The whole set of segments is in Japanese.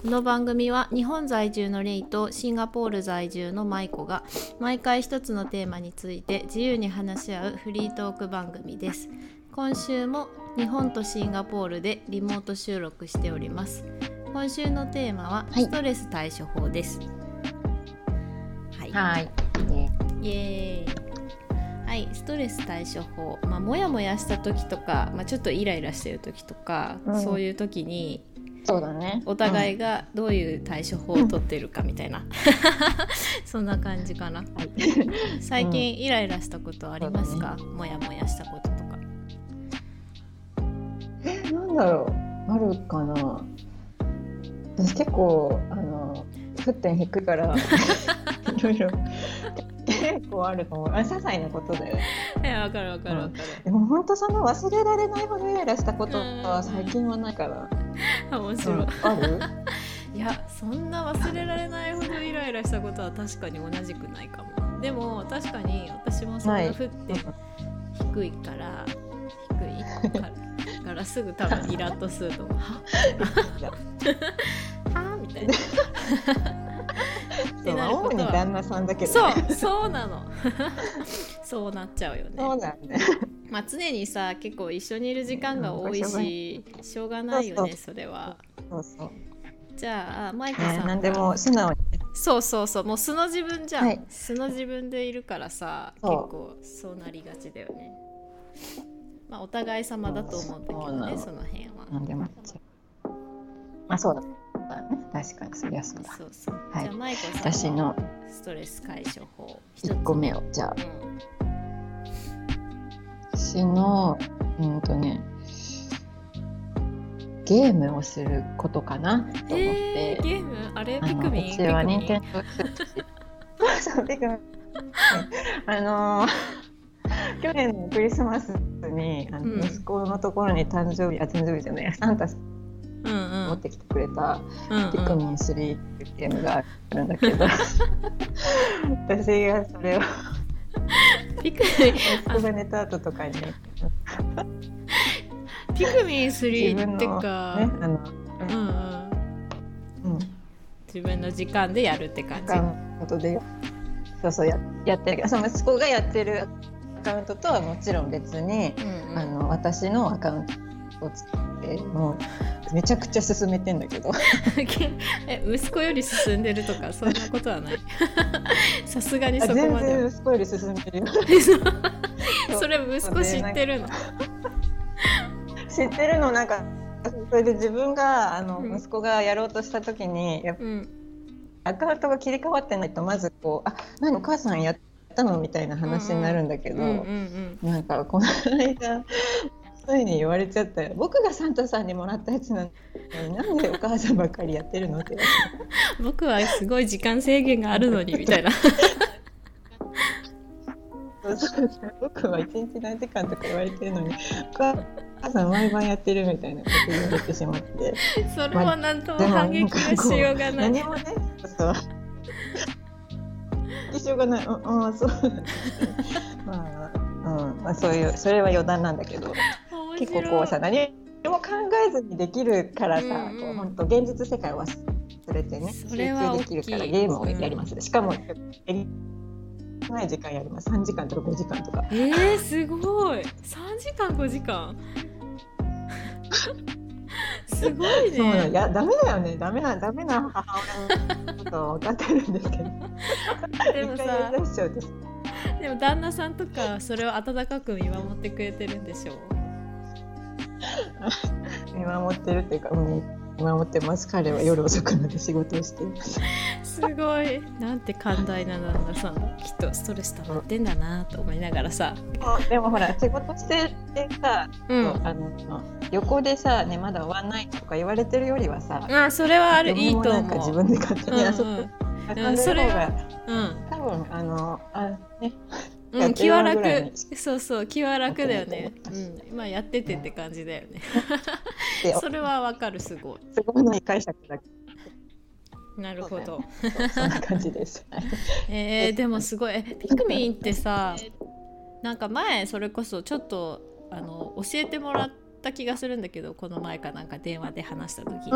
この番組は日本在住のレイとシンガポール在住のマイコが毎回一つのテーマについて自由に話し合うフリートーク番組です。今週も日本とシンガポールでリモート収録しております。今週のテーマはストレス対処法です。 はい、 イエーイ。はい、ストレス対処法、モヤモヤした時とか、ちょっとイライラしてる時とか、そういう時にそうだね、 お互いがどういう対処法を取ってるかみたいな、そんな感じかな、最近イライラしたことありますか？モヤモヤしたこととか。 なんだろう、あるかな。私結構沸点低いからいろいろ結構あると思う。些細なことだよね。 わかる。 でも本当その忘れられないほどイライラしたことは最近はないから。 面白い、 ある？ いや、そんな忘れられないほどイライラしたことは確かに同じくないかも。でも確かに私もそんな沸点低いからすぐ多分イラッとすると思う。はみたいなそう、主に旦那さんだけど、 そうなのそうなっちゃうよね。 そうだね。 常にさ、結構一緒にいる時間が多いし、しょうがないよね。それはそうじゃあマイコさん、 何でも素直に。 そうもう素の自分じゃん、 はい、 素の自分でいるからさ、結構そうなりがちだよね。お互い様だと思うんだけどね、その辺は。 何でもそうだね、確かにそりゃそうだ。 そう、 はい、 じゃあマイコさん、 私のストレス解消法 1個目をじゃあ、私のゲームをすることかなと思って。 ゲーム？あれピクミン？ うちは任天堂そうピクミン去年のクリスマスに息子のところに誕生日じゃないサンタ持ってきてくれたピクミン3っていうゲームがあるんだけど、私がそれをピクミン息子が寝た後とかにピクミン3ってか、自分の時間でやるって感じ。 本当でそうやってるけど、その息子がやってるアカウントとはもちろん別に、私のアカウントを作ってもうめちゃくちゃ進めてんだけど息子より進んでるとかそんなことはないさすがにそこまで。 全然息子より進んでるよそれ息子知ってるの？ 知ってるの。なんかそれで自分が息子がやろうとした時にアカウントが切り替わってないとまず何お母さんやったのみたいな話になるんだけど、なんかこの間ついに言われちゃったよ。僕がサンタさんにもらったやつなのになんでお母さんばっかりやってるのって僕はすごい時間制限があるのにみたいな僕は1日何時間とか言われてるのにお母さん毎晩やってるみたいなこと言われてしまってそれは何とも反撃のしようがない。 何もね、しようがない。そうそういうそれは余談なんだけど、結構さ何も考えずにできるからさ、本当現実世界を忘れてね集中できるからゲームをやります、しかもない時間やります。3時間とか5時間とか。 すごい。3時間5時間すごいね。 そういやダメだよね。ダメな母親のことは分かってるんですけどでもさ、でも旦那さんとかそれを温かく見守ってくれてるんでしょう？ 見守ってるっていうか、見守ってます。彼は夜遅くまで仕事をしています。 すごい。なんて寛大な旦那さん。きっとストレス溜まってんだなと思いながらさ。 でもほら仕事しててさ、横でさ、まだ終わんないとか言われてるよりはさ、 それはある、いいと思う。 なんか自分で勝手に遊ぶそれが多分気は楽。そう気は楽だよね。やっててって感じだよねそれはわかる。すごいの解釈だけ。 なるほど。 そんな感じですでもすごい。ピクミンってさ、なんか前それこそちょっと教えてもらっった気がするんだけど、この前かなんか電話で話した時に、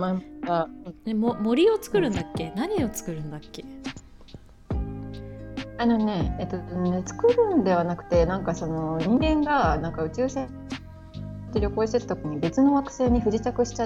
森を作るんだっけ、何を作るんだっけ。 作るんではなくて、なんかその人間がなんか宇宙船で旅行してた時に別の惑星に不時着しちゃって、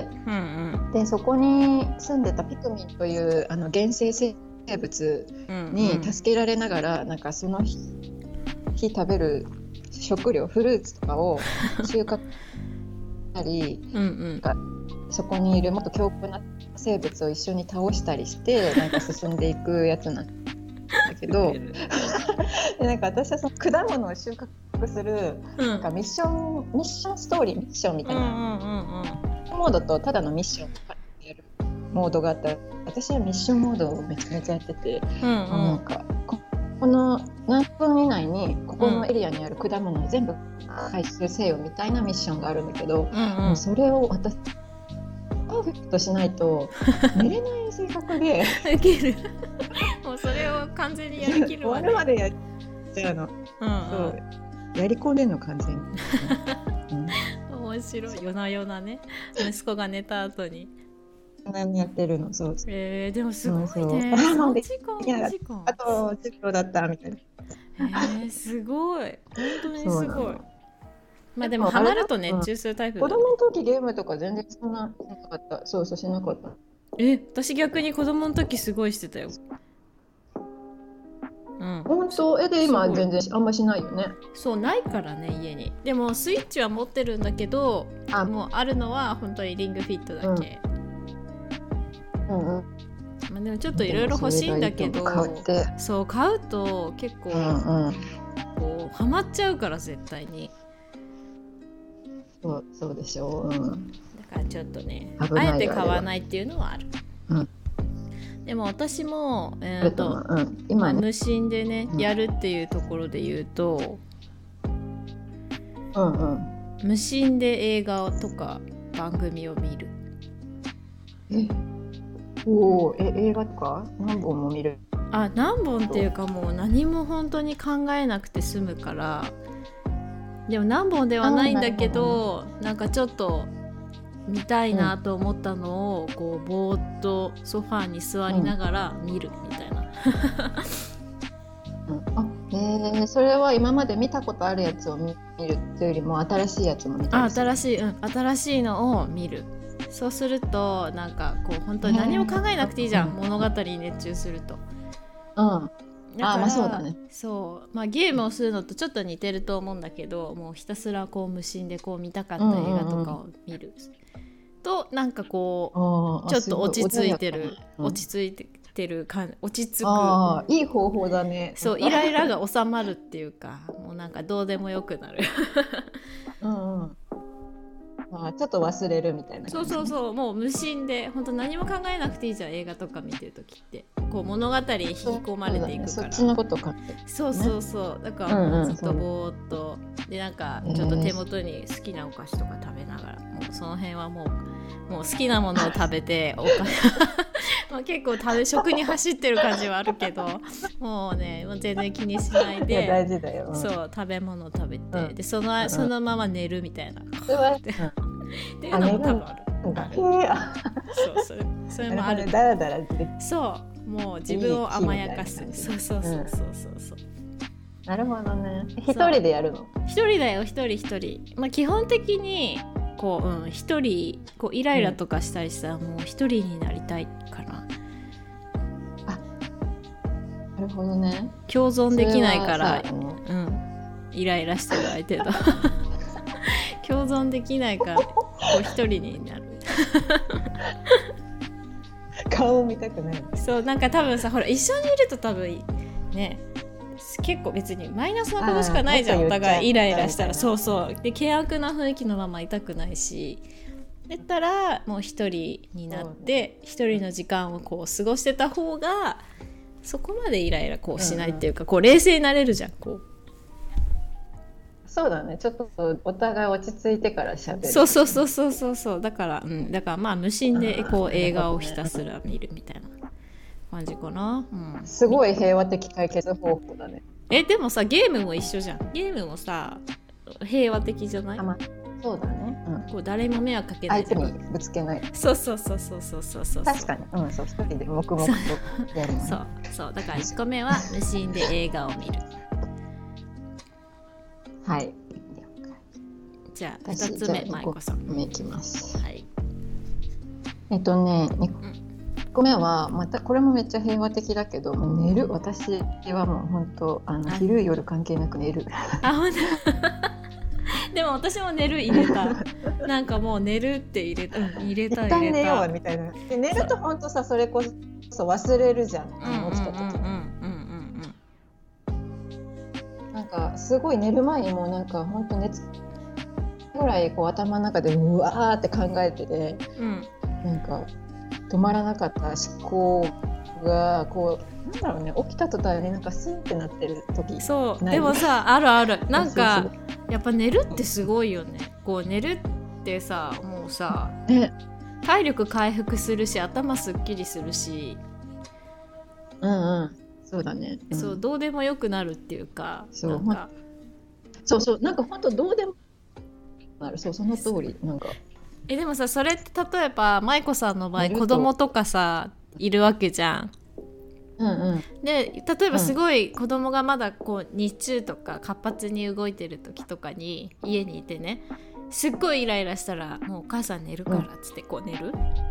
でそこに住んでたピクミンという原生生物に助けられながら、なんかその日食べる食料、フルーツとかを収穫したりそこにいるもっと強固な生物を一緒に倒したりしてなんか進んでいくやつなんだけどでなんか私はその果物を収穫する、なんかミッションストーリー、ミッションみたいな、モードとただのミッションをやるモードがあったら、私はミッションモードをめちゃめちゃやってて、なんかこの何分以内にここのエリアにある果物を全部回収せよみたいなミッションがあるんだけど、もうそれを私パーフェクトしないと寝れない性格でもうそれを完全にやりきるわ、ね、 終わるまでやっちゃうの、そうやり込んでんの完全に、 面白い。夜な夜なね、息子が寝た後に何やってるの。そうでもすごいね、3時間あと10秒だったみたいな、すごい、本当にすごい。まあでもハマると熱中するタイプだ、ね、 子供の時ゲームとか全然そんなしなかった。そうしなかった。 私逆に子供の時すごいしてたよ。 本当？で今全然あんましないよね。 そうないからね、家に。でもスイッチは持ってるんだけど、もうあるのは本当にリングフィットだけ。まあ、でもちょっといろいろ欲しいんだけど、そう買うと結構、こうハマっちゃうから絶対に。 そうでしょう。 だからちょっとね、あえて買わないっていうのはある。でも私も、今ね、無心でね、やるっていうところで言うと、無心で映画とか番組を見る。 映画とか何本も見る。 何本っていうか、もう何も本当に考えなくて済むから。でも何本ではないんだけど、なんかちょっと見たいなと思ったのをこうぼーっとソファーに座りながら見るみたいな。それは今まで見たことあるやつを見るっていうよりも新しいやつも見たりする。 新しいのを見る。そうするとなんかこう本当に何も考えなくていいじゃん、物語に熱中すると。 そうだね。 そう、ゲームをするのとちょっと似てると思うんだけど、もうひたすらこう無心でこう見たかった映画とかを見る、となんかこうちょっと落ち着いてる、落ち着く、 いい方法だね。 そう、イライラが収まるっていうか、もうなんかどうでもよくなる。 ちょっと忘れるみたいな感じ。 そうもう無心で本当何も考えなくていいじゃん、映画とか見てるときって。こう物語に引き込まれていくから、 そっちのことか。 そうだからもうずっとぼーっとで、なんかちょっと手元に好きなお菓子とか食べながら、もうその辺はもう好きなものを食べて結構食に走ってる感じはあるけど、もう全然気にしないで、 大事だよ。 そう食べ物を食べて、でそのまま寝るみたいなっていうのも多分ある。それもある。 だらだらそうもう自分を甘やかす。そうなるほどね。一人でやるの？ 一人だよ、一人。基本的にこう、一人こうイライラとかしたりしたら、もう一人になりたいかな。 なるほどね。 共存できないから、イライラしてる相手と共存できないから、こう一人になる。 顔を見たくない。 そう、なんか多分さ、ほら一緒にいると多分ね、結構別にマイナスなことしかないじゃん、お互いイライラしたら。そうで、険悪な雰囲気のままいたくないし、だったらもう一人になって一人の時間をこう過ごしてた方が、そこまでイライラこうしないっていうか、こう冷静になれるじゃん。こうそうだね、ちょっとお互い落ち着いてから喋る。 そうだから無心でこう映画をひたすら見るみたいな感じかな。 すごい平和的解決方法だね。 でもさ、ゲームも一緒じゃん。ゲームもさ平和的じゃない？ そうだね、 こう誰も迷惑かけない相手にぶつけない。 そう確かに、 そう一人で黙々とやる、ね、 そうだから1個目は無心で映画を見る。 はい、 じゃあ2つ目舞子さん目いきます。 はい。 2個目はまたこれもめっちゃ平和的だけど、寝る。私はもう本当昼夜関係なく寝る。 ほんとでも私も寝る入れたなんかもう寝るって入れた一旦寝ようみたいな。で寝ると本当さ、それこそ忘れるじゃん、起きた時。なんかすごい寝る前にもうなんか本当熱ぐらいこう頭の中でうわーって考えてて、なんか止まらなかった思考がこうなんだろうね、起きた途端になんかスンってなってる時。 そうでもさ、あるなんかやっぱ寝るってすごいよね。こう寝るってさ、もうさ、体力回復するし頭すっきりするし、 そうだね、 そうどうでもよくなるっていうか、 そうなんか本当どうでもなる。その通り。なんかでもさ、それって例えば舞子さんの場合子供とかさいるわけじゃん。で例えばすごい子供がまだこう日中とか活発に動いてる時とかに家にいてね、すっごいイライラしたらもうお母さん寝るからっつってこう寝る？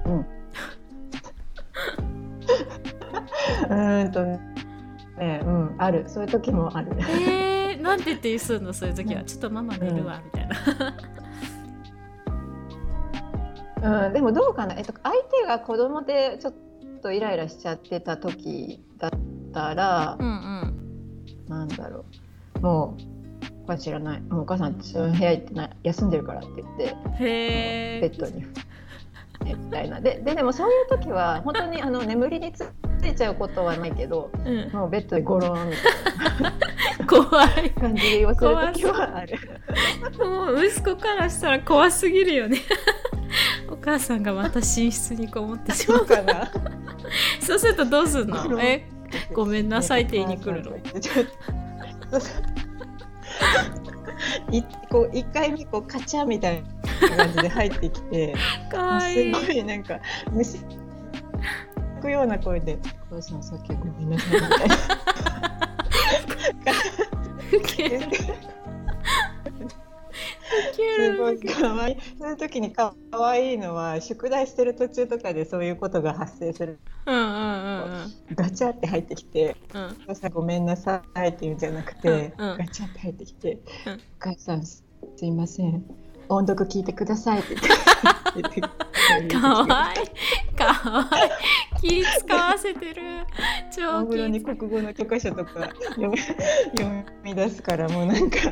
ある。そういう時もある。 なんて言ってするの？そういう時はちょっとママ寝るわみたいな。でもどうかな、相手が子供でちょっとイライラしちゃってた時だったら、なんだろう、もうこれ知らない、もうお母さん部屋行ってない、休んでるからって言ってベッドにみたいな。でもそういう時は本当に眠りについちゃうことはないけど、もうベッドでゴロンみたいな怖い感じで言わせる時はある。 もう息子からしたら怖すぎるよねお母さんがまた寝室にこもってしまうかなそうするとどうすんの？ごめんなさいって言いに来るの？ 一回目こうカチャみたいな感じで入ってきてかわいい。 すごいなんか虫くような声で「お母さんさっきごめんなさい」みたいなすごいかわいい。そういう時にかわいいのは宿題してる途中とかでそういうことが発生する。ガチャって入ってきて「お母さんごめんなさい」って言うんじゃなくて、ガチャって入ってきて「お母さんすいません、音読聞いてください」って言ってかわいい気使わせてる。超お風呂に国語の教科書とか読み出すから、もうなんか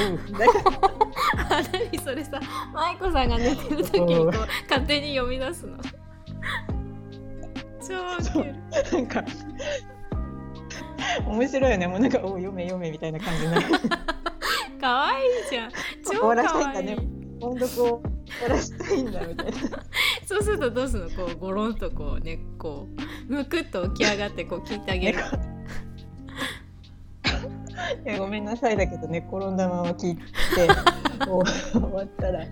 何それさ、舞子さんが寝てる時にこう勝手に読み出すの超ウケる。 なんか面白いよね。もうなんか読めみたいな感じになるかわいいじゃん。超かわいい。 音読をやらしたいんだみたいなそうするとどうするの？こうゴロンとこうね、こうむくっと起き上がってこう聞いてあげるいやごめんなさいだけど寝転んだまま聞いて終わったら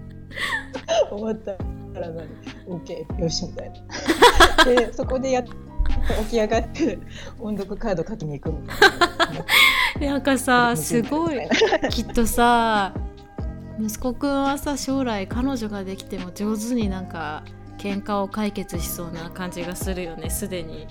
何 OK よしみたいなでそこで起き上がって音読カード書きに行くみたいな。 なんかさ、すごいきっとさ、息子くんはさ、将来彼女ができても上手になんか喧嘩を解決しそうな感じがするよね、すでに。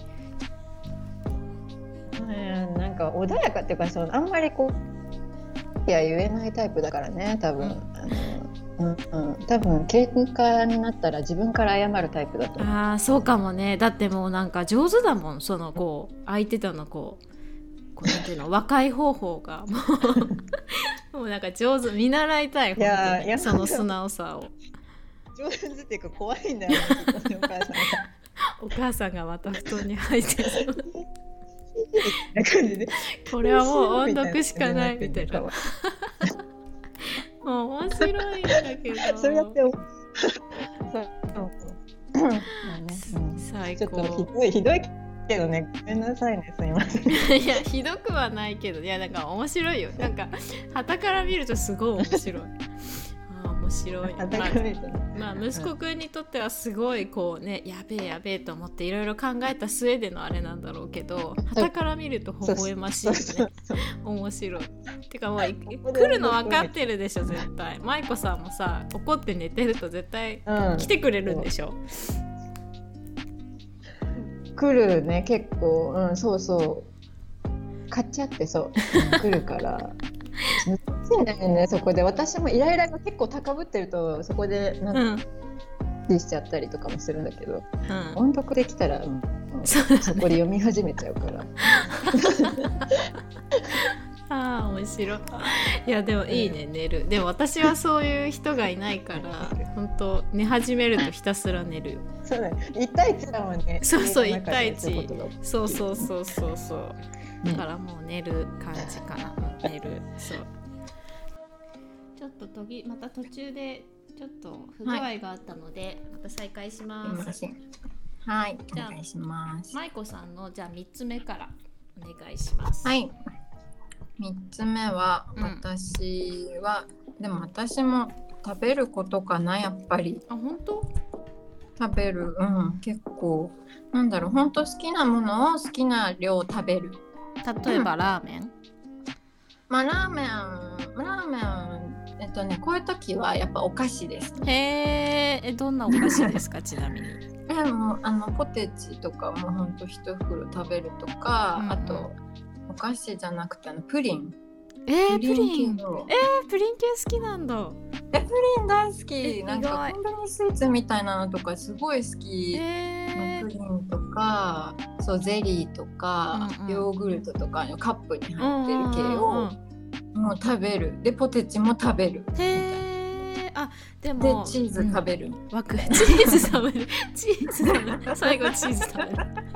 なんか穏やかっていうか、あんまりこういや言えないタイプだからね、多分。多分喧嘩になったら自分から謝るタイプだと思う。 そうかもね。だってもうなんか上手だもん、そのこう相手とのこうなんていうの和解方法がもうなんか上手、見習いたい。本当にその素直さを。 上手っていうか怖いんだよねお母さんがまた布団に入ってるな感じで、 これはもう音読しかないみたいな。もう面白いんだけどそうやって最高。ちょっとひどいけどね、ごめんなさいね、すみません。 いやひどくはないけど、いやなんか面白いよ。なんか傍から見るとすごい面白い面白い。まあ息子くんにとってはすごいこうね、やべえやべえと思っていろいろ考えた末でのあれなんだろうけど、傍から見ると微笑ましいよね。面白い。てかもう来るの分かってるでしょ絶対。舞子さんもさ怒って寝てると絶対来てくれるんでしょ。 来るね結構、そうそう買っちゃってそう、来るから難しいんだよねそこで。私もイライラが結構高ぶってるとそこでなんか、しちゃったりとかもするんだけど、音読できたら、そこで読み始めちゃうからあー面白い。いやでもいいね、寝る。でも私はそういう人がいないから本当寝始めるとひたすら寝るよ。 そうだね、1対1だもんね。 そうそう1対1。そうそうそうそうそう。だからもう寝る感じかな。寝る。そう。ちょっとまた途中でちょっと不具合があったので、また再開します。 はい、お願いします。 舞子さんのじゃあ3つ目からお願いします。 はい。3つ目は、でも私も食べることかなやっぱり。 あ、本当？ 食べる、結構なんだろう、本当好きなものを好きな量食べる。 例えばラーメン？ まあラーメンこういう時はやっぱお菓子です。 へえ、どんなお菓子ですかちなみに。 もうポテチとかもほんと一袋食べるとか、あとお菓子じゃなくてプリン。 プリン系好きなんだ。 プリン大好き。なんかコンビニスイーツみたいなのとかすごい好き。プリンとかそうゼリーとか、ヨーグルトとかカップに入ってる系をもう食べる。でポテチも食べる。 あ、でもチーズ食べる。 チーズ食べる。最後チーズ食べる。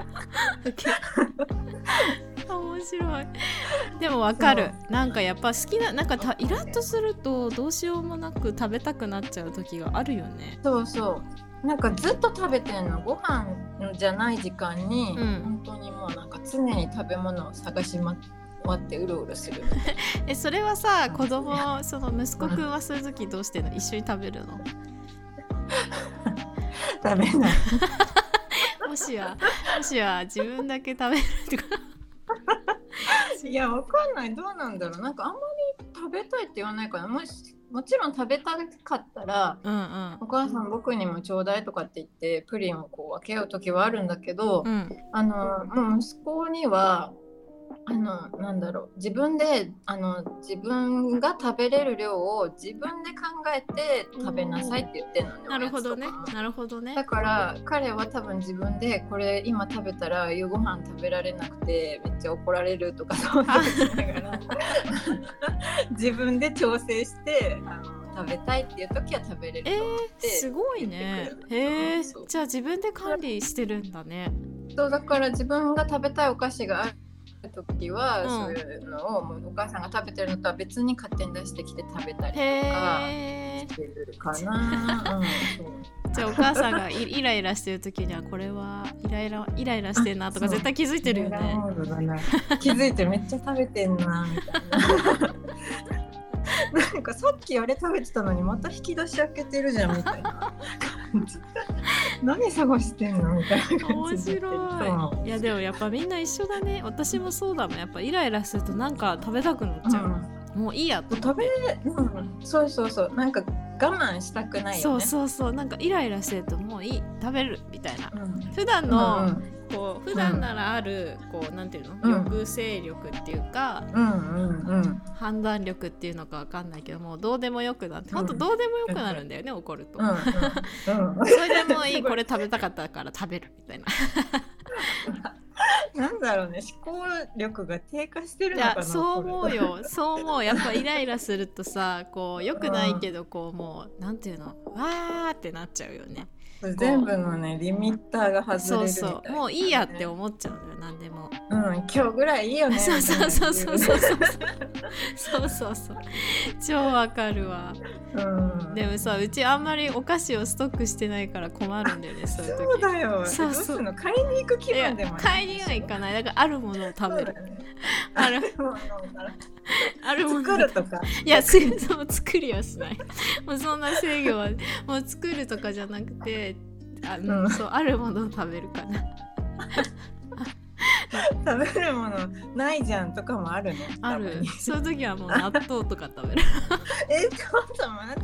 面白い。でもわかる。なんかやっぱ好きな、なんかイラッとするとどうしようもなく食べたくなっちゃう時があるよね。 そうそう。なんかずっと食べてんの。ご飯じゃない時間に、本当にもうなんか常に食べ物を探し回ってうろうろする。 それはさ、子供その息子くんはそういう時どうしてんの？一緒に食べるの？ 食べない。 もしは自分だけ食べるとか。 いやわかんない、どうなんだろう。なんかあんまり食べたいって言わないから、もちろん食べたかったら、お母さん僕にもちょうだいとかって言ってプリンをこう分け合う時はあるんだけど、もう息子にはなんだろう、自分が食べれる量を自分で考えて食べなさいって言ってんのね。 なるほどね、なるほどね。 だから彼は多分自分でこれ今食べたら夕ご飯食べられなくてめっちゃ怒られるとかそうしながら自分で調整して食べたいっていう時は食べれると思ってすごいね。じゃあ自分で管理してるんだね。 そうだから自分が食べたいお菓子がある時は、そういうのをもうお母さんが食べてるのとは別に勝手に出してきて食べたりとかしてるかな。 じゃあお母さんがイライラしてる時にはこれはイライラしてんなとか絶対気づいてるよね。 気づいてめっちゃ食べてんなみたいな。なんかさっきあれ食べてたのにまた引き出し開けてるじゃんみたいな感じ。何探してんのみたいな感じ。 面白い。いやでもやっぱみんな一緒だね。私もそうだもん。やっぱイライラするとなんか食べたくなっちゃう。もういいやと思って。 そうなんか我慢したくないよね。 そうなんかイライラしてるともういい食べるみたいな。普段のこう普段ならあるこうなんていうの、抑制力っていうか、判断力っていうのかわかんないけどもうどうでもよくなって、本当どうでもよくなるんだよね、怒ると。それでもういい、これ食べたかったから食べるみたいな。 なんだろうね、思考力が低下してるのかな。いやそう思うよ。そう思う。やっぱイライラするとさ、こう良くないけどこうもうなんていうの、わーってなっちゃうよね。 全部のねリミッターが外れるみたいな、 もういいやって思っちゃうのよ、何でも。 今日ぐらいいいよね。 そう超わかるわ、でもさ、うちあんまりお菓子をストックしてないから困るんだよね、そういう時。 そうだよ。どうすんの？買いに行く気分でもない。 買いには行かない。だからあるものを食べる。あるもの作るとか。 いや、そう作りはしない。もうそんな制御はもう作るとかじゃなくて、そうあるものを食べるかな。 食べるものないじゃんとかもあるの？ ある。そういう時はもう納豆とか食べる。 ちょっと待って、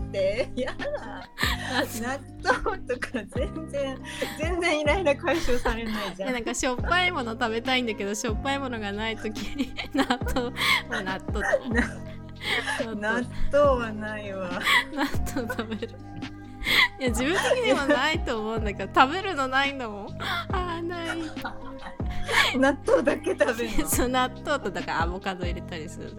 やだ。納豆とか全然イライラ解消されないじゃん。 なんかしょっぱいもの食べたいんだけど、しょっぱいものがない時に納豆はないわ。 納豆食べる。いや、自分的にはないと思うんだけど、食べるのないんだもん。ない。 納豆だけ食べるの？ そう、納豆とだからアボカド入れたりする。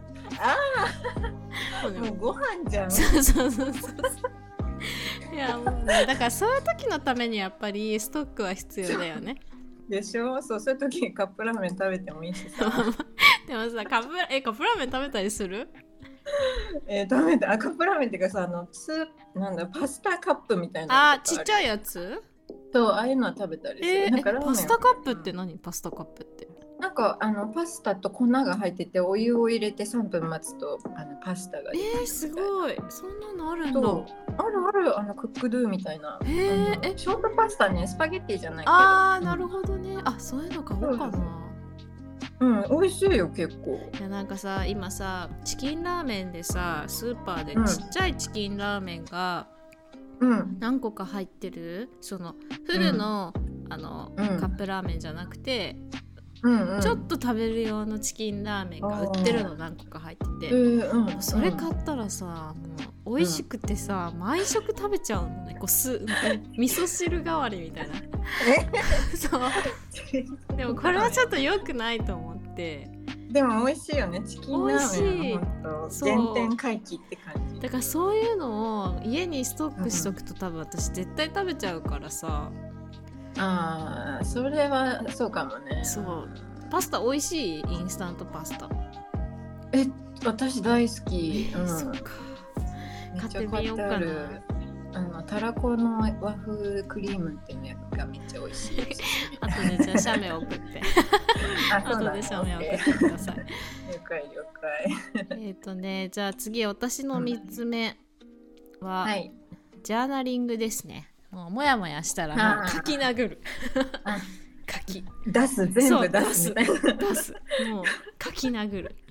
もうご飯じゃん。 そういや、もうね、だからそういう時のためにやっぱりストックは必要だよね。 でしょ。そういう時にカップラーメン食べてもいいしさ。 でもさ、カップラーメン食べたりする？ 食べた。カップラーメンっていうかさ、なんだ、パスタカップみたいな。 ちっちゃいやつ？ ああいうのは食べたりする。なんかパスタカップって何？パスタカップって。 なんかパスタと粉が入ってて、お湯を入れて3分待つとパスタが出てくるみたいな。 すごい。そんなのあるんだ。 あるクックドゥみたいな。ショートパスタね、スパゲッティじゃないけど。 なるほどね。そういうの買おうかな。 美味しいよ結構。 いや、なんかさ、今さ、チキンラーメンでさ、スーパーでちっちゃいチキンラーメンが何個か入ってる、そのフルの、カップラーメンじゃなくて、ちょっと食べる用のチキンラーメンが売ってるの、何個か入ってて、それ買ったらさ、もう美味しくてさ、毎食食べちゃうのね。味噌汁代わりみたいな。そうでもこれはちょっと良くないと思って。 でも美味しいよね、チキンラーメンの原点回帰って感じ。 だからそういうのを家にストックしとくと、多分私絶対食べちゃうからさ。 それはそうかもね。 そう。パスタ美味しい？インスタントパスタ。 私大好き。 そっか。買ってみようかな。 たらこの和風クリームっていうのがめっちゃ美味しいです。 あとでじゃあ写メ送って。後で写メ送ってください。了解。 じゃあ次、私の3つ目は、ジャーナリングですね。もやもやしたらもう書き殴る。 全部出す。 もう書き殴る。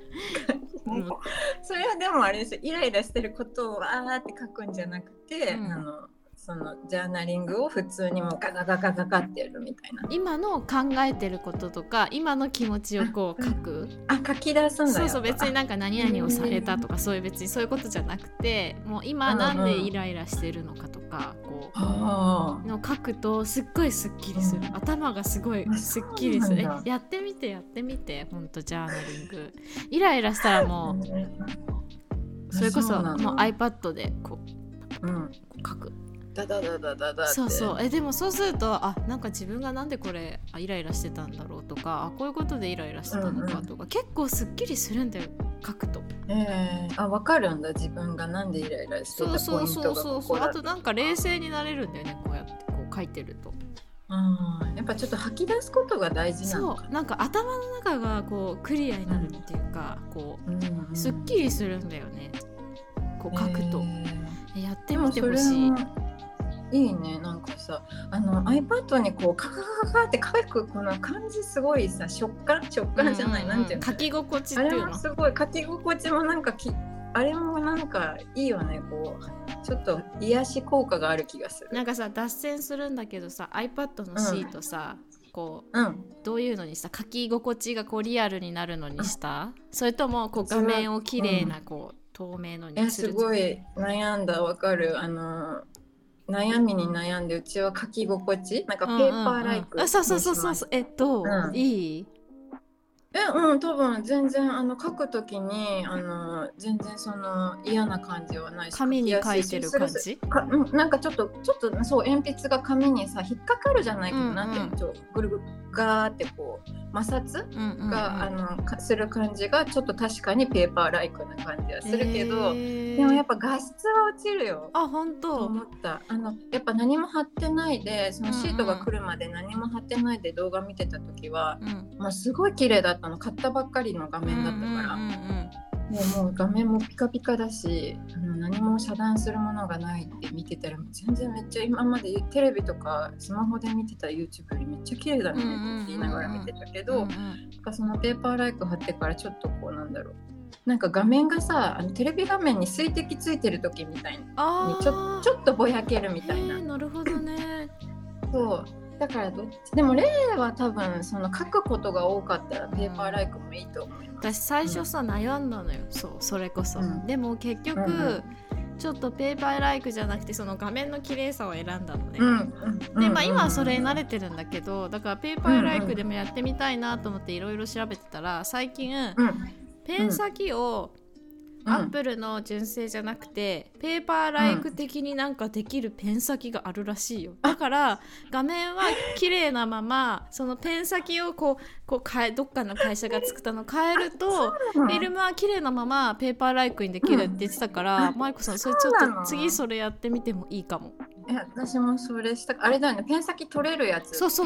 それはでもあれですよ、イライラしてることをって書くんじゃなくて、そのジャーナリングを普通にもうガガガガガガってやるみたいな。 今の考えてることとか、今の気持ちをこう書く。 書き出すんだよ。 そう、別になんか何々をされたとか、別にそういうことじゃなくて、もう今なんでイライラしてるのかとか、こうの書くとすっごいスッキリする。頭がすごいスッキリする。やってみて、ほんとジャーナリング。イライラしたらもうそれこそもう iPad でこう書く。 ダダダダダダって。 そう。でもそうすると、なんか自分がなんでこれイライラしてたんだろうとか、こういうことでイライラしてたのかとか、結構すっきりするんだよ、書くと。 分かるんだ、自分がなんでイライラしてたポイントがここだ。 あとなんか冷静になれるんだよね、こうやってこう書いてると。 やっぱちょっと吐き出すことが大事なのかな。 そう、なんか頭の中がこうクリアになるっていうか、こうすっきりするんだよね、こう書くと。やってみてほしい。 いいね。なんかさ、iPad にこうカカカカって書くこの感じすごいさ、食感じゃない、なんていうの、 書き心地っていうの。 あれもすごい書き心地もなんかあれもなんかいいよね。こうちょっと癒し効果がある気がする。 なんかさ、脱線するんだけどさ、 iPad のシートさ、こう、どういうのにした？書き心地がこうリアルになるのにした？それともこう画面をきれいなこう透明のにする？ すごい悩んだ。わかる。悩みに悩んで、うちは書き心地なんかペーパーライク、 そういい？ 多分全然書くときに全然その嫌な感じはないし、 紙に書いてる感じなんかちょっとそう鉛筆が紙にさ引っかかるじゃないけど、なんていうのぐるぐるガーってこう摩擦が、する感じがちょっと確かにペーパーライクな感じはするけど、でもやっぱ画質は落ちるよ。 あ、本当。 と思った。やっぱ何も貼ってないで、そのシートが来るまで何も貼ってないで動画見てた時は、まあ、すごい綺麗だったの。買ったばっかりの画面だったから、もう画面もピカピカだし、何も遮断するものがないって見てたら全然めっちゃ今までテレビとかスマホで見てた YouTube よりめっちゃ綺麗だねって言いながら見てたけど、そのペーパーライク貼ってからちょっとこうなんだろう、なんか画面がさテレビ画面に水滴ついてる時みたいにちょっとぼやけるみたいな。 なるほどね。 そうだからどっちでもレイは多分その書くことが多かったらペーパーライクもいいと思います。 私最初さ、悩んだのよ。それこそ、でも結局、ちょっとペーパーライクじゃなくてその画面の綺麗さを選んだのね、で、まあ、今はそれに慣れてるんだけど、だからペーパーライクでもやってみたいなと思っていろいろ調べてたら、最近、ペン先をアップルの純正じゃなくて、ペーパーライク的になんかできるペン先があるらしいよ。だから画面は綺麗なままそのペン先をこうどっかの会社が作ったの変えるとフィルムは綺麗なままペーパーライクにできるって言ってたから、マイコさんそれちょっと次それやってみてもいいかも。 私もそれした。あれだよね、ペン先取れるやつ。 そう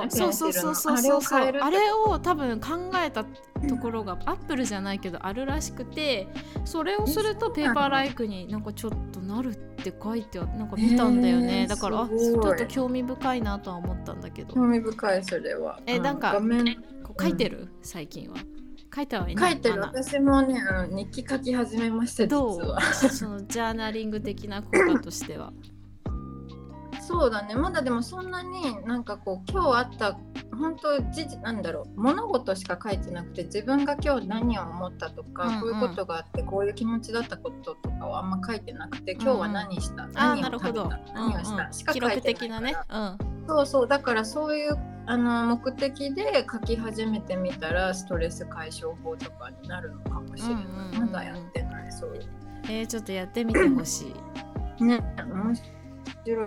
あれを多分考えたところがアップルじゃないけどあるらしくて、それをするとペーパーライクになんかちょっとなるって書いてなんか見たんだよね。だからちょっと興味深いなとは思ったんだけど。 興味深いそれは。 なんか画面こう書いてる、最近は書いてはいない。 書いてる。私もね日記書き始めました。 どう実はそのジャーナリング的な効果としては。 そうだね、まだでもそんなになんかこう今日あった本当なんだろう、物事しか書いてなくて、自分が今日何を思ったとか、こういうことがあってこういう気持ちだったこととかはあんま書いてなくて、今日は何した、何を食べた、何をした、しか書いてないから。記録的なね。そうだからそういう目的で書き始めてみたらストレス解消法とかになるのかもしれない。まだやってない。そういうちょっとやってみてほしいね。面白い。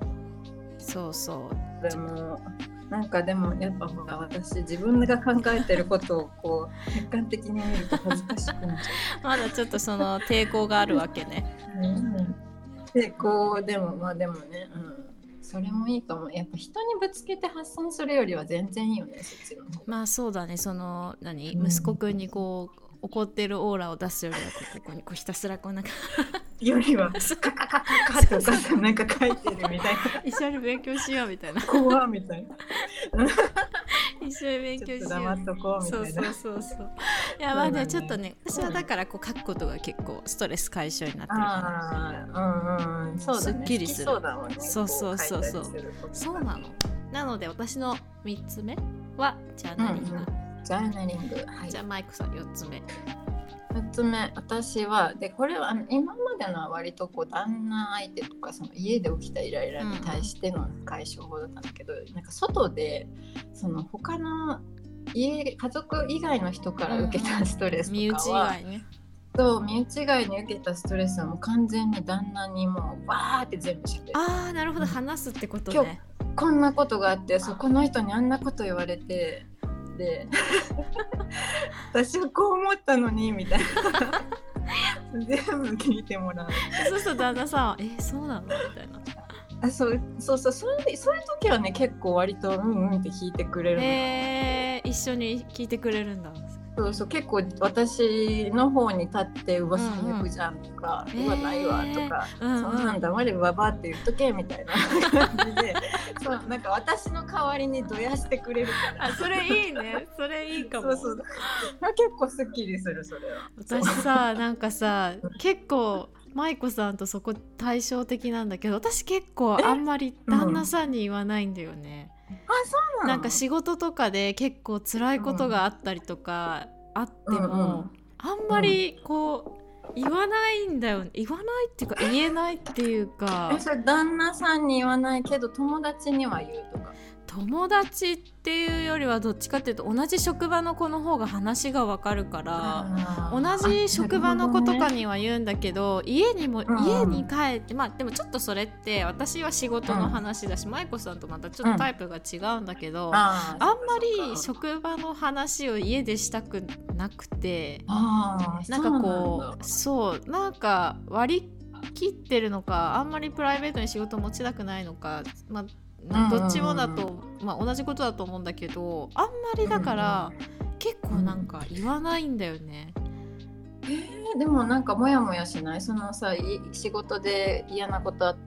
そうでもなんかでもやっぱほら、私自分が考えてることをこう客観的に見ると恥ずかしくなっちゃうまだちょっとその抵抗があるわけね。 抵抗でもね、それもいいかも。やっぱ人にぶつけて発散するよりは全然いいよね、そっちの方。 まあそうだね。その息子くんにこう怒ってるオーラを出すよりはここにこうひたすらこうなんかよりはカカカカカってお母さんなんか書いてるみたいな一緒に勉強しようみたいな怖みたいな一緒に勉強しよう、 ちょっと黙っとこうみたいな。 そういやまあね、ちょっとね、私はだからこう書くことが結構ストレス解消になってるから、 そうだね、 すっきりする。 そうだもんね。 そうそうなの。なので私の3つ目はジャーナリング。 ジャーナリング、はい、 じゃあマイクさん4つ目。 4つ目、私はでこれは今までのは割とこう旦那相手とかその家で起きたイライラに対しての解消法だったんだけど、なんか外でその他の家族以外の人から受けたストレスとかは、 身内以外ね。 そう身内外に受けたストレスはもう完全に旦那にもうわーって全部しゃべる。 なるほど、話すってことね。 今日こんなことがあって、この人にあんなこと言われてで私はこう思ったのにみたいな全部聞いてもらう。 そうすると旦那さんそうなのみたいな。 そういう時はね結構割とって聞いてくれるの。一緒に聞いてくれるんだ。 そう結構私の方に立ってうわ最悪じゃんとか、うわないわとか、そんなん黙ればばって言っとけみたいな感じでそうなんか私の代わりにどやしてくれるから。 それいいね。それいいかも。 そう結構すっきりする。それは私さなんかさ結構舞子さんとそこ対照的なんだけど、私結構あんまり旦那さんに言わないんだよね。 そうなの？ なんか仕事とかで結構辛いことがあったりとかあっても、あんまりこう言わないんだよね。言わないっていうか言えないっていうか。 それ旦那さんに言わないけど友達には言うとか。 友達っていうよりはどっちかっていうと同じ職場の子の方が話がわかるから、同じ職場の子とかには言うんだけど、家に帰って、まあでもちょっとそれって私は仕事の話だし、舞子さんとまたちょっとタイプが違うんだけど、あんまり職場の話を家でしたくなくて、なんかこうそうなんか割り切ってるのか、あんまりプライベートに仕事を持ちたくないのか、まあどっちもだと、まあ、同じことだと思うんだけど、あんまりだから、結構なんか言わないんだよね。 でもなんかモヤモヤしない？そのさ、仕事で嫌なことあって、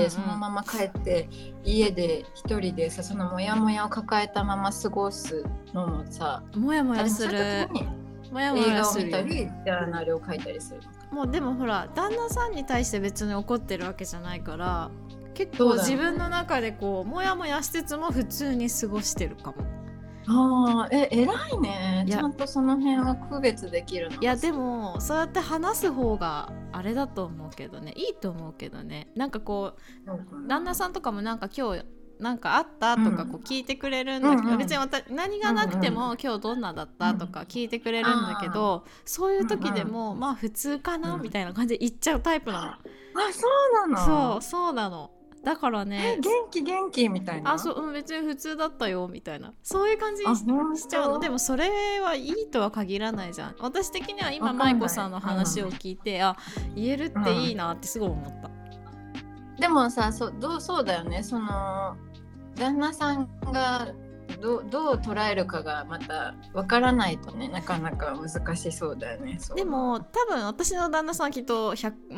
そのまま帰って家で一人でさ、そのモヤモヤを抱えたまま過ごすのもさ、 モヤモヤする。映画を見たりジャーナルを書いたりする。 もうでもほら、旦那さんに対して別に怒ってるわけじゃないから、結構自分の中でこうモヤモヤしつつも普通に過ごしてるかも。 偉いね。ちゃんとその辺は区別できるの。 いやでもそうやって話す方があれだと思うけどね、いいと思うけどね。なんかこう旦那さんとかもなんか今日なんかあったとかこう聞いてくれるんだけど、別に何がなくても今日どんなだったとか聞いてくれるんだけど、そういう時でもまあ普通かなみたいな感じで言っちゃうタイプなの。 そうなの。 そうなの。だからね、 元気みたいな。 別に普通だったよみたいな、そういう感じに しちゃうの。でもそれはいいとは限らないじゃん。私的には今舞子さんの話を聞いて、言えるっていいなってすごい思った。 でもさ、そうだよね。その旦那さんがどう捉えるかがまた分からないとね、なかなか難しそうだよね。 でも多分私の旦那さんはきっと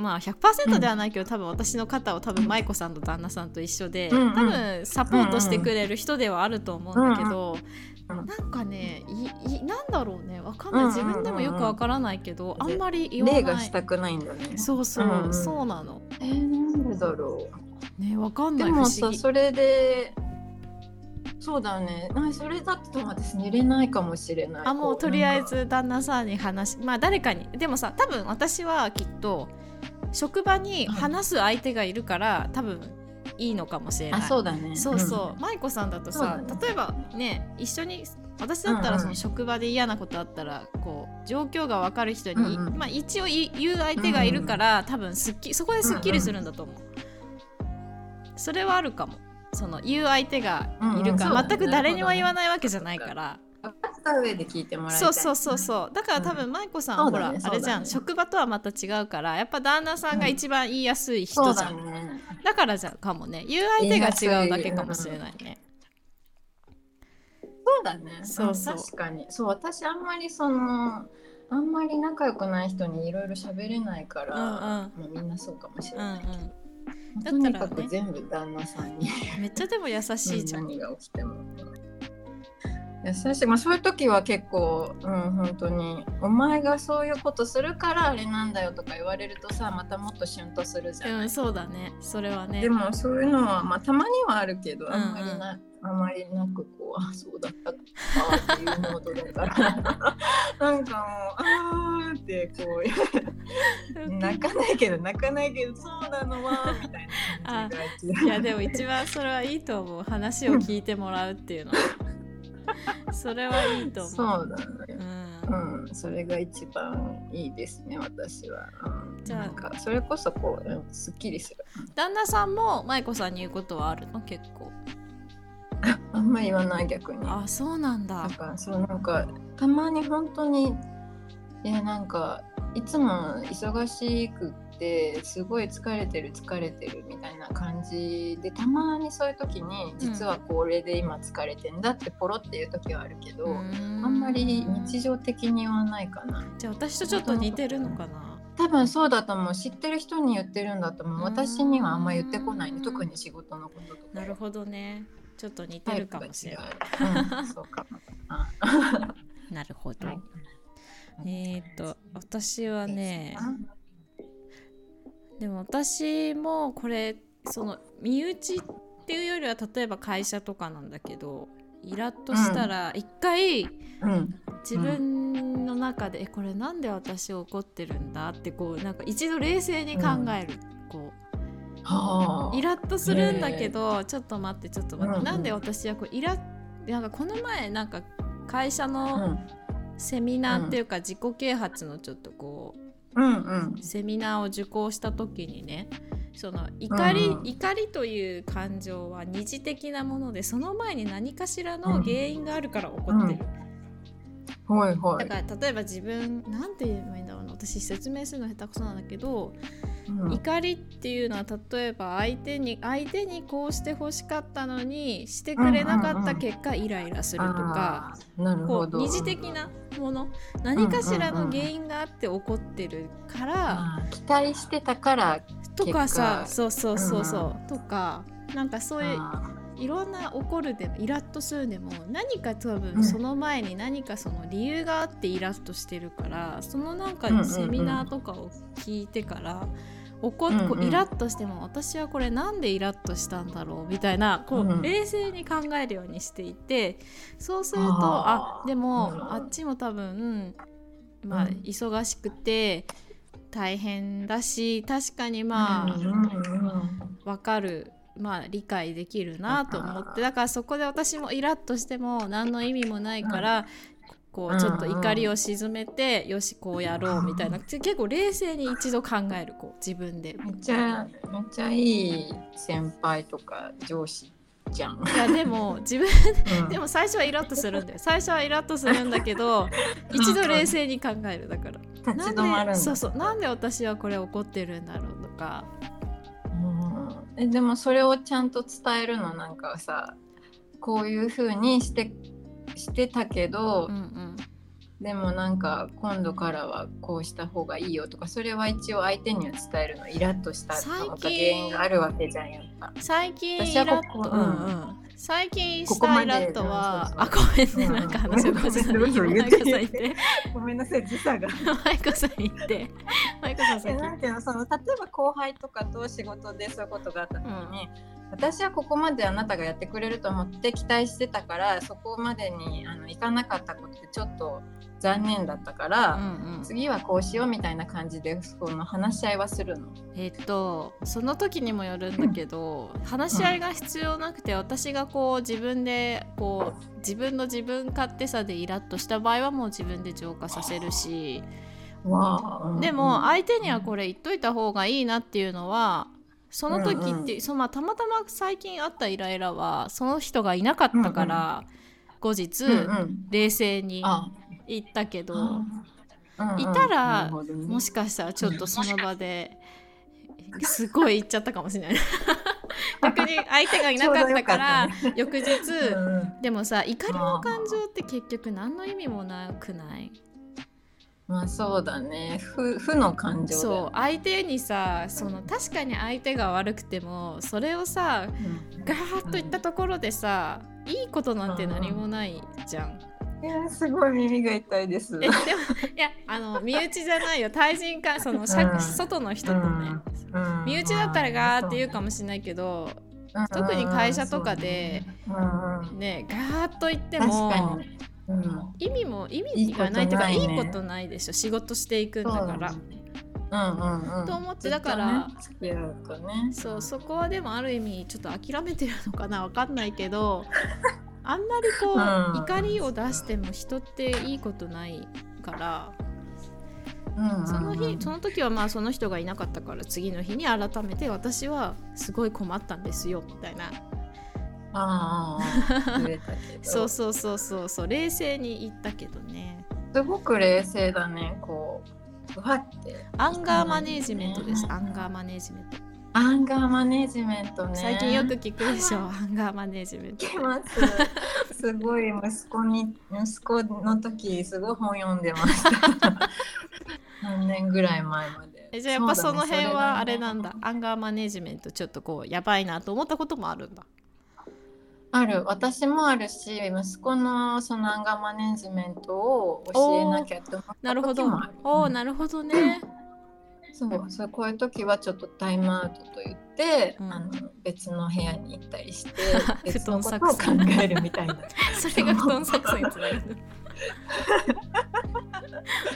100% ではないけど、多分私の肩を多分舞子さんの旦那さんと一緒で、多分サポートしてくれる人ではあると思うんだけど、なんかね、なんだろうね、わかんない。自分でもよくわからないけど、あんまり言わない。 例がしたくないんだね。 そうなの。 なんでだろうね、わかんない。 でもさ、それでそうだね。それだと私寝れないかもしれない。 もうとりあえず旦那さんに誰かに。でもさ、多分私はきっと職場に話す相手がいるから、多分いいのかもしれない。 そうだね。 舞子さんだとさ、例えばね、一緒に私だったらその職場で嫌なことあったらこう状況が分かる人に、一応言う相手がいるから、多分そこですっきりするんだと思う。それはあるかも。その言う相手がいるから、全く誰にも言わないわけじゃないから。 分かった上で聞いてもらいたい。 そうだから多分舞子さんはほら、あれじゃん、職場とはまた違うから、やっぱ旦那さんが一番言いやすい人じゃん。だからじゃかもね、言う相手が違うだけかもしれないね。 そうだね。確かに。私あんまり仲良くない人にいろいろ喋れないから、もうみんなそうかもしれない。とにかく全部旦那さんにめっちゃでも優しいじゃん。 何が起きても優しい。そういう時は結構、本当にお前がそういうことするからあれなんだよとか言われるとさ、またもっとシュンとするじゃん。 そうだね、それはね。 でもそういうのはたまにはあるけど、あんまりなくこう、そうだったかっていうモードだからなんかもうってこう泣かないけどそうなのはみたいな感じがいやでも一番それはいいと思う。話を聞いてもらうっていうのはそれはいいと思う。 そうだね。それが一番いいですね、私は。じゃあなんかそれこそこうすっきりする。 旦那さんも舞子さんに言うことはあるの？結構あんまり言わない、逆に。 そうなんだ。 なんかたまに本当になんかいつも忙しくってすごい疲れてるみたいな感じで、たまにそういう時に実はこれで今疲れてんだってポロっていう時はあるけど、あんまり日常的に言わないかな。 じゃあ私とちょっと似てるのかな。 多分そうだと思う。知ってる人に言ってるんだと思う。私にはあんま言ってこないね、特に仕事のこととか。 なるほどね、ちょっと似てるかもしれない。 そうかもなるほど。私はね、でも私もこれその身内っていうよりは例えば会社とかなんだけど、イラッとしたら一回自分の中でこれなんで私怒ってるんだってこうなんか一度冷静に考える。こうイラッとするんだけど、ちょっと待ってなんで私はこうなんかこの前なんか会社のセミナーっていうか自己啓発のちょっとこう、セミナーを受講した時にね、その怒りという感情は二次的なもので、その前に何かしらの原因があるから起こってる、だから例えば自分なんて言えばいいんだろうな、私説明するの下手くそなんだけど、怒りっていうのは例えば相手にこうして欲しかったのにしてくれなかった結果イライラするとか、こう二次的なもの、何かしらの原因があって起こってるから、 期待してたからとかさ、そうとか、なんかそういういろんな怒るでもイラッとするでも何か多分その前に何かその理由があってイラッとしてるから、そのなんかセミナーとかを聞いてからこうイラッとしても、私はこれなんでイラッとしたんだろうみたいな、こう冷静に考えるようにしていて、そうするとでもあっちも多分忙しくて大変だし、確かに分かる、理解できるなと思って、だからそこで私もイラッとしても何の意味もないから、こうちょっと怒りを鎮めて、よしこうやろうみたいな、結構冷静に一度考える、こう自分で。 めっちゃいい先輩とか上司じゃん。 いやでも自分でも最初はイラッとするんだよ。最初はイラッとするんだけど一度冷静に考える。だから立ち止まるんだ。 そうなんで私はこれ怒ってるんだろうとか。 でもそれをちゃんと伝えるの、なんかさ、こういう風にしてたけど、でもなんか今度からはこうした方がいいよとか、それは一応相手には伝えるの。イラッとしたのが原因があるわけじゃん、やっぱ。 最近イラッと、最近したイラッとは、ごめんね、なんか話をこちらにごめんなさい、時差が。 マイコさん言って。マイコさん先。 なんていうの、例えば後輩とかと仕事でそういうことがあった時に、私はここまであなたがやってくれると思って期待してたから、そこまでに行かなかったことってちょっと残念だったから、次はこうしようみたいな感じでその話し合いはするの。 その時にもよるんだけど、話し合いが必要なくて、私がこう自分でこう自分の自分勝手さでイラッとした場合はもう自分で浄化させるし、でも相手にはこれ言っといた方がいいなっていうのは、その時って、たまたま最近あったイライラはその人がいなかったから、後日、冷静に言ったけど、いたら、もしかしたらちょっとその場ですごい言っちゃったかもしれない逆に相手がいなかったから翌日、でもさ、怒りの感情って結局何の意味もなくない？ そうだね、負の感情だよね。 そう、相手にさ、確かに相手が悪くてもそれをさ、ガーッと言ったところでさ、いいことなんて何もないじゃん。 いや、すごい耳が痛いです。 でもいや、身内じゃないよ、対人か、外の人とね、身内だったらガーって言うかもしれないけど、特に会社とかで、ね、ガーッと言っても意味がないというか、いいことないでしょ、仕事していくんだから。と思って、だから、そこはでもある意味ちょっと諦めてるのかな、わかんないけどあんまりこう、怒りを出しても人っていいことないから、その時はその人がいなかったから、次の日に改めて私はすごい困ったんですよみたいなそう冷静に言ったけどね。 すごく冷静だね。こうわってアンガーマネージメントです。アンガーマネージメント。 アンガーマネージメントね。 最近よく聞くでしょアンガーマネージメント。 聞きます。すごい息子の時すごい本読んでました何年ぐらい前まで。 じゃあやっぱその辺はあれなんだ、アンガーマネージメントちょっとこうやばいなと思ったこともあるんだ。 ある、私もあるし、息子のそのアンガーマネージメントを教えなきゃと思った時もある。 なるほどね。 そうこういう時はちょっとタイムアウトと言って、別の部屋に行ったりして別のことを考えるみたいなそれが布団作戦につながる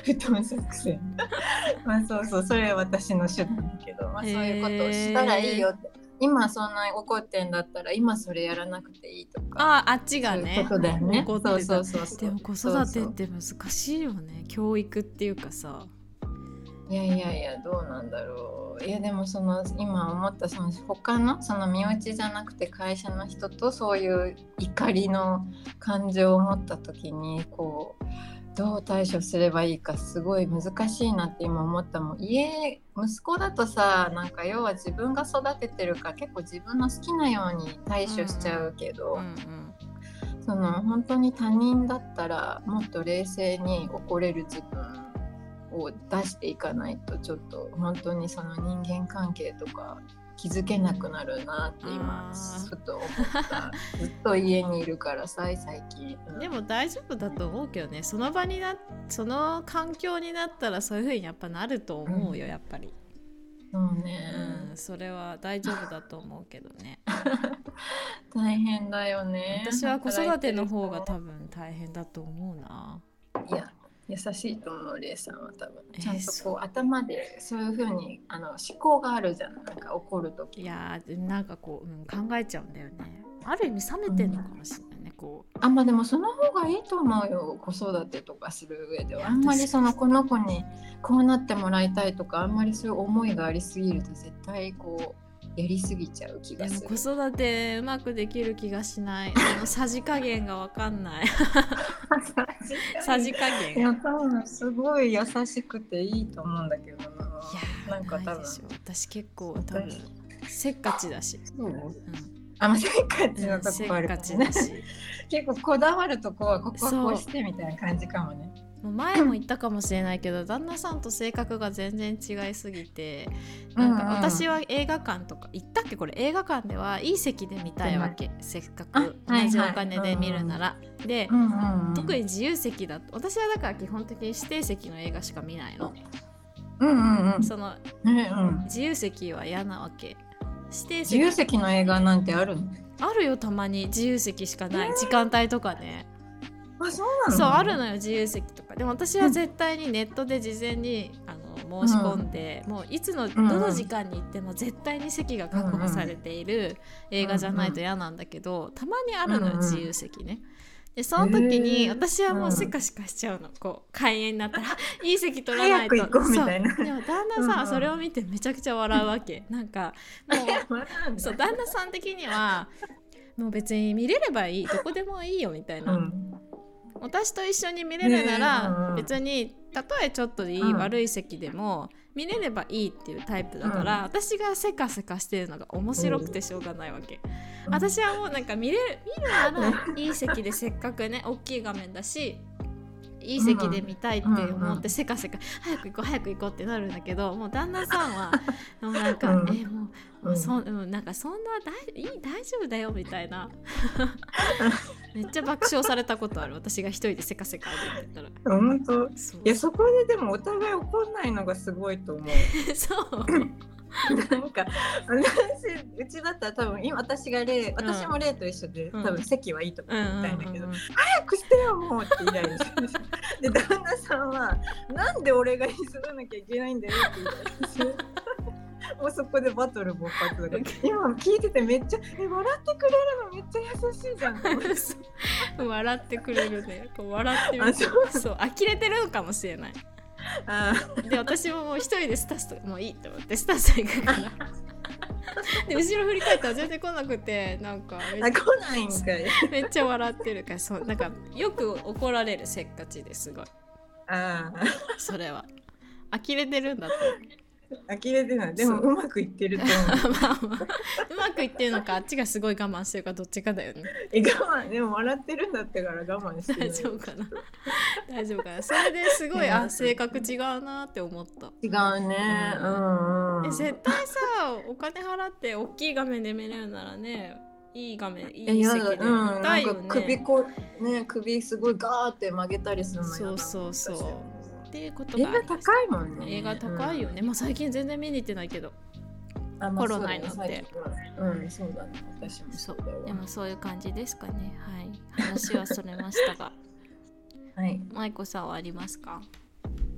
布団作戦まあそうそう、それは私の手段だけど、まあ、そういうことをしたらいいよって、今そんな怒ってんだったら今それやらなくていいとか、 あっちがね、 そういうことだよね。 怒ってた。 そうそうそう。 でも子育てって難しいよね、教育っていうかさ。 いやどうなんだろう。いやでもその今思ったその他のその身内じゃなくて会社の人とそういう怒りの感情を持った時にこうどう対処すればいいかすごい難しいなって今思ったもん。息子だとさ、なんか要は自分が育ててるから結構自分の好きなように対処しちゃうけど、その本当に他人だったらもっと冷静に怒れる自分を出していかないとちょっと本当にその人間関係とか気づけなくなるなって今ちょっと思ったずっと家にいるからさ最近、 でも大丈夫だと思うけどね、その場にその環境になったらそういう風にやっぱなると思うよ、やっぱり。 そうね、 それは大丈夫だと思うけどね大変だよね。 私は子育ての方が多分大変だと思うな。 いや優しいと思う、レイさんは多分ちゃんとこう頭でそういう風に思考があるじゃん、なんか怒る時。 いやなんかこう、考えちゃうんだよね。ある意味冷めてんのかもしれないね、こう。 まあでもその方がいいと思うよ、子育てとかする上では。あんまりそのこの子にこうなってもらいたいとかあんまりそういう思いがありすぎると絶対こうやりすぎちゃう気がする。 でも子育てうまくできる気がしない。さじ加減がわかんないさじ加減。 いや多分すごい優しくていいと思うんだけどな。 いやなんか多分私結構多分せっかちだし、 まあせっかちのとこあるからね結構こだわるとこはここはこうしてみたいな感じかもね。 もう前も言ったかもしれないけど旦那さんと性格が全然違いすぎて、なんか私は映画館とか行ったっけ、これ映画館ではいい席で見たいわけ、せっかく同じお金で見るなら、で、特に自由席だと、私はだから基本的に指定席の映画しか見ないの。その、自由席は嫌なわけ。指定席、 自由席の映画なんてあるの？ あるよ、たまに自由席しかない時間帯とかね。 そうなの？ そうあるのよ、自由席とか。でも私は絶対にネットで事前に申し込んで、もういつのどの時間に行っても絶対に席が確保されている映画じゃないと嫌なんだけど、たまにあるのよ、自由席ね。でその時に私はもうせかしかしちゃうの、こう開演になったらいい席取らないと早く行こうみたいな。 でも旦那さんはそれを見てめちゃくちゃ笑うわけなんかもうそう旦那さん的にはもう別に見れればいい、どこでもいいよみたいな、私と一緒に見れるなら別にたとえちょっとでいい、悪い席でも見れればいいっていうタイプだから、私がせかせかしてるのが面白くてしょうがないわけ。私はもうなんか見るならいい席でせっかくね大きい画面だしいい席で見たいって思ってせかせか早く行こうってなるんだけど、もう旦那さんはもうなんかもうなんかそんな大丈夫だよみたいなめっちゃ爆笑されたことある、私が一人でせかせか歩いてたら。 本当？いやそこででもお互い怒んないのがすごいと思うそうなんかうちだったら多分今私もレイと一緒で、多分席はいいと思うみたいだけど、早くしてよもうってイライラしてるで旦那さんはなんで俺が急がなきゃいけないんだよってイライラしてるもうそこでバトル勃発だから今聞いててめっちゃ笑ってくれるのめっちゃ優しいじゃん笑ってくれるね、こう笑ってみてそう呆れてるのかもしれないで私ももう一人でスタスともういいと思ってスタス行くからで後ろ振り返ったら全然来なくて、なんか来ないんかいめっちゃ笑ってるから、そうなんかよく怒られるせっかちですごい。それは呆れてるんだと呆れてない。でもうまくいってると思ううまくいってるのかあっちがすごい我慢してるかどっちかだよね。 我慢でも笑ってるんだってから我慢してない。 大丈夫かな大丈夫かな。それですごい性格違うなって思った。 違うね、 絶対さお金払って大きい画面で見れるならね、いい画面いい席で見たいよね。 首すごいガーって曲げたりするのよ。そうっていうことが映画高いもんね。 映画高いよね、最近全然見に行ってないけど、コロナになってそうだね、私もそうだわ。 でもそういう感じですかね。はい、話はそれましたがはい、舞子さんはありますか？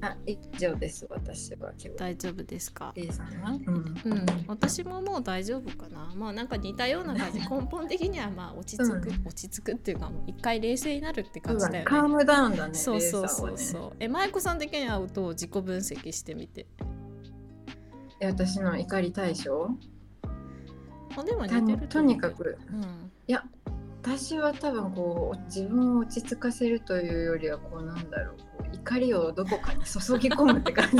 以上です。私は大丈夫ですか。 さんは、 私ももう大丈夫かな。まあなんか似たような感じ。根本的にはまあ落ち着くっていうか、もう一回冷静になるって感じだよね。 カームダウンだね。 そう。舞子さん的にはどう自己分析してみて。 私の怒り対象？ でも似てるとにかく、いや私は多分こう自分を落ち着かせるというよりはこうなんだろう、こう怒りをどこかに注ぎ込むって感じ。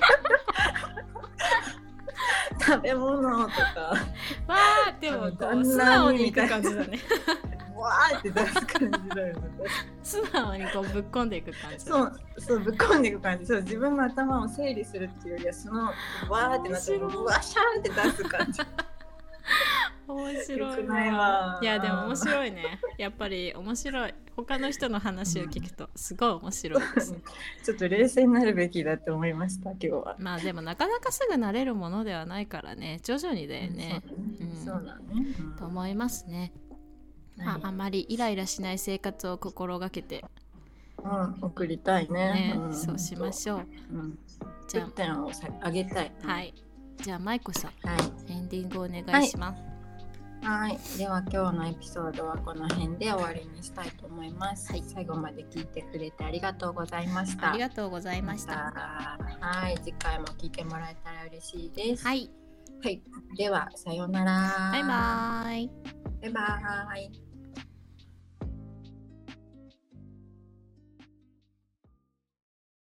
食べ物とか。 わーでもこう素直にいく感じだね。 わーって出す感じだよね。 素直にこうぶっ込んでいく感じ。 そうぶっ込んでいく感じ。そう自分の頭を整理するっていうよりはそのわーってなってもわしゃーって出す感じ。 面白いわ。いやでも面白いね。やっぱり面白い。他の人の話を聞くとすごい面白いです。 ちょっと冷静になるべきだと思いました今日は。 まあでもなかなかすぐ慣れるものではないからね。徐々にだよね。 そうだね。 と思いますね。あまりイライラしない生活を心がけて、 送りたいね。 そうしましょう。 じゃあ点をあげたい。 はい。じゃあ舞子さん、エンディングお願いします。 はい、では今日のエピソードはこの辺で終わりにしたいと思います。最後まで聞いてくれてありがとうございました。 ありがとうございました。 はい、次回も聞いてもらえたら嬉しいです。 はい、 ではさようなら。 バイバイ。 バイバイ。